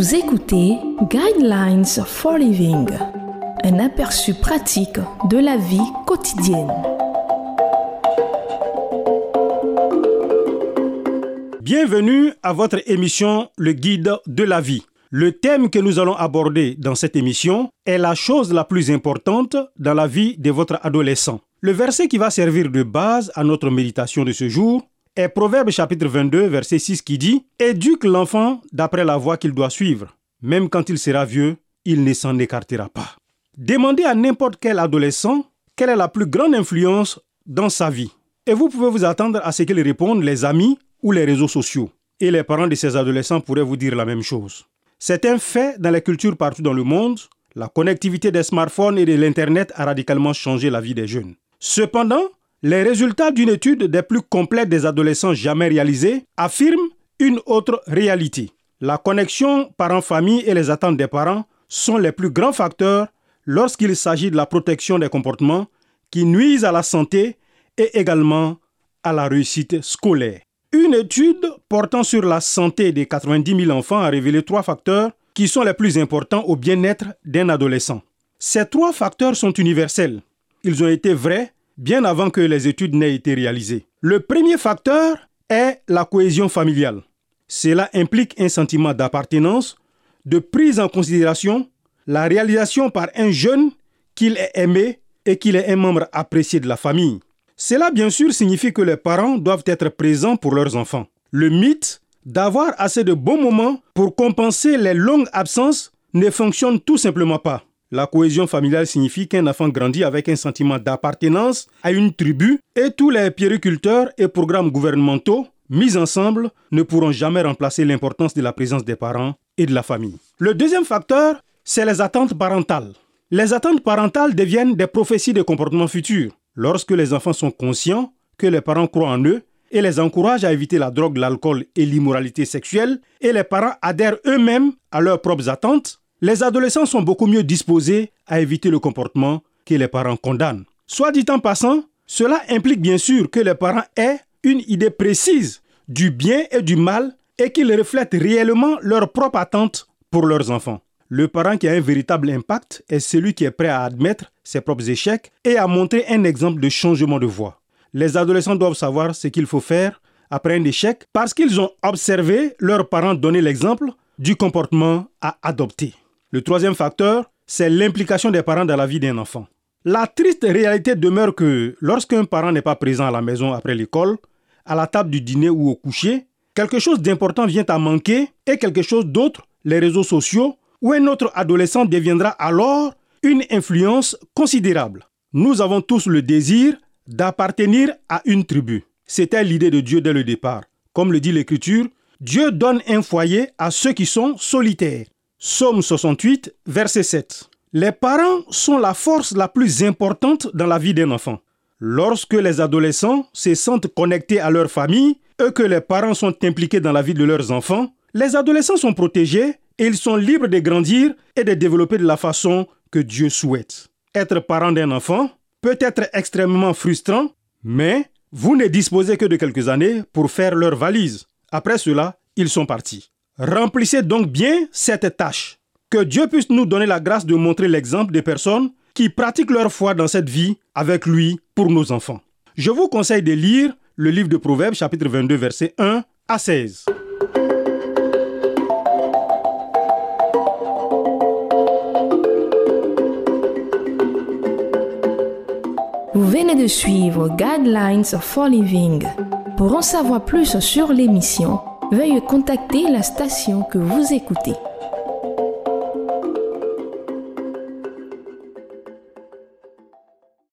Vous écoutez Guidelines for Living, un aperçu pratique de la vie quotidienne. Bienvenue à votre émission Le Guide de la vie. Le thème que nous allons aborder dans cette émission est la chose la plus importante dans la vie de votre adolescent. Le verset qui va servir de base à notre méditation de ce jour est Proverbe chapitre 22, verset 6 qui dit « Éduque l'enfant d'après la voie qu'il doit suivre. Même quand il sera vieux, il ne s'en écartera pas. » Demandez à n'importe quel adolescent quelle est la plus grande influence dans sa vie. Et vous pouvez vous attendre à ce qu'il réponde les amis ou les réseaux sociaux. Et les parents de ces adolescents pourraient vous dire la même chose. C'est un fait dans les cultures partout dans le monde. La connectivité des smartphones et de l'Internet a radicalement changé la vie des jeunes. Cependant, les résultats d'une étude des plus complètes des adolescents jamais réalisée affirment une autre réalité. La connexion parents-famille et les attentes des parents sont les plus grands facteurs lorsqu'il s'agit de la protection des comportements qui nuisent à la santé et également à la réussite scolaire. Une étude portant sur la santé des 90 000 enfants a révélé 3 facteurs qui sont les plus importants au bien-être d'un adolescent. Ces 3 facteurs sont universels. Ils ont été vrais bien avant que les études n'aient été réalisées. Le premier facteur est la cohésion familiale. Cela implique un sentiment d'appartenance, de prise en considération, la réalisation par un jeune qu'il est aimé et qu'il est un membre apprécié de la famille. Cela, bien sûr, signifie que les parents doivent être présents pour leurs enfants. Le mythe d'avoir assez de bons moments pour compenser les longues absences ne fonctionne tout simplement pas. La cohésion familiale signifie qu'un enfant grandit avec un sentiment d'appartenance à une tribu et tous les puériculteurs et programmes gouvernementaux mis ensemble ne pourront jamais remplacer l'importance de la présence des parents et de la famille. Le deuxième facteur, c'est les attentes parentales. Les attentes parentales deviennent des prophéties de comportements futurs. Lorsque les enfants sont conscients que les parents croient en eux et les encouragent à éviter la drogue, l'alcool et l'immoralité sexuelle, et les parents adhèrent eux-mêmes à leurs propres attentes, les adolescents sont beaucoup mieux disposés à éviter le comportement que les parents condamnent. Soit dit en passant, cela implique bien sûr que les parents aient une idée précise du bien et du mal et qu'ils reflètent réellement leurs propres attentes pour leurs enfants. Le parent qui a un véritable impact est celui qui est prêt à admettre ses propres échecs et à montrer un exemple de changement de voie. Les adolescents doivent savoir ce qu'il faut faire après un échec parce qu'ils ont observé leurs parents donner l'exemple du comportement à adopter. Le troisième facteur, c'est l'implication des parents dans la vie d'un enfant. La triste réalité demeure que lorsqu'un parent n'est pas présent à la maison après l'école, à la table du dîner ou au coucher, quelque chose d'important vient à manquer et quelque chose d'autre, les réseaux sociaux, où un autre adolescent deviendra alors une influence considérable. Nous avons tous le désir d'appartenir à une tribu. C'était l'idée de Dieu dès le départ. Comme le dit l'Écriture, Dieu donne un foyer à ceux qui sont solitaires. Psaume 68, verset 7. Les parents sont la force la plus importante dans la vie d'un enfant. Lorsque les adolescents se sentent connectés à leur famille et que les parents sont impliqués dans la vie de leurs enfants, les adolescents sont protégés et ils sont libres de grandir et de développer de la façon que Dieu souhaite. Être parent d'un enfant peut être extrêmement frustrant, mais vous ne disposez que de quelques années pour faire leur valise. Après cela, ils sont partis. Remplissez donc bien cette tâche. Que Dieu puisse nous donner la grâce de montrer l'exemple des personnes qui pratiquent leur foi dans cette vie avec lui pour nos enfants. Je vous conseille de lire le livre de Proverbes, chapitre 22, versets 1 à 16. Vous venez de suivre Guidelines for Living. Pour en savoir plus sur l'émission, veuillez contacter la station que vous écoutez.